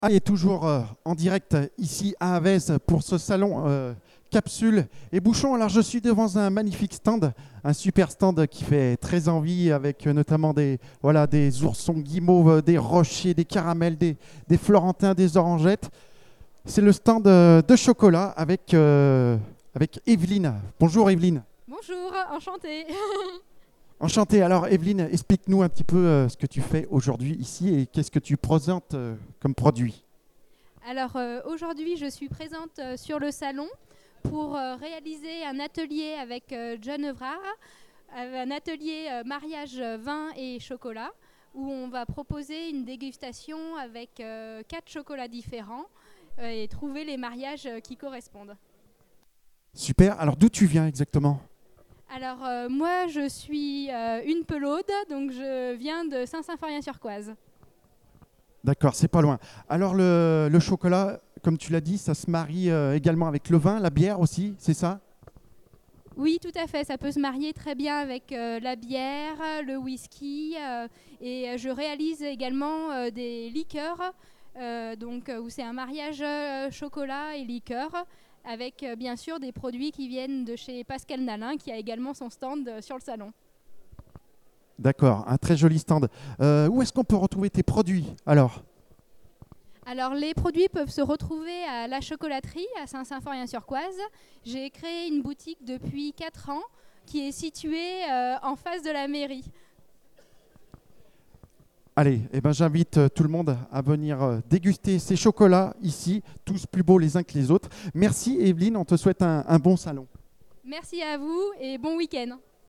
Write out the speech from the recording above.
Et toujours en direct ici à Avez pour ce salon Capsule et Bouchon. Alors je suis devant un magnifique stand, un super stand qui fait très envie avec notamment des oursons guimauves, des rochers, des caramels, des florentins, des orangettes. C'est le stand de chocolat avec Evelyne. Bonjour Evelyne. Bonjour, enchantée. Enchantée. Alors Evelyne, explique-nous un petit peu ce que tu fais aujourd'hui ici et qu'est-ce que tu présentes comme produit. Alors aujourd'hui, je suis présente sur le salon pour réaliser un atelier avec John Evrard, un atelier mariage vin et chocolat, où on va proposer une dégustation avec 4 chocolats différents et trouver les mariages qui correspondent. Super. Alors d'où tu viens exactement? Alors moi, je suis une Pelaude, donc je viens de Saint-Symphorien-sur-Coise. D'accord, c'est pas loin. Alors le chocolat, comme tu l'as dit, ça se marie également avec le vin, la bière aussi, c'est ça? Oui, tout à fait. Ça peut se marier très bien avec la bière, le whisky. Et je réalise également des liqueurs, où c'est un mariage chocolat et liqueur, avec bien sûr des produits qui viennent de chez Pascal Nalin, qui a également son stand sur le salon. D'accord, un très joli stand. Où est-ce qu'on peut retrouver tes produits alors? Alors, les produits peuvent se retrouver à la chocolaterie à Saint-Symphorien-sur-Coise. J'ai créé une boutique depuis 4 ans qui est située en face de la mairie. Allez, j'invite tout le monde à venir déguster ces chocolats ici, tous plus beaux les uns que les autres. Merci Evelyne, on te souhaite un bon salon. Merci à vous et bon week-end.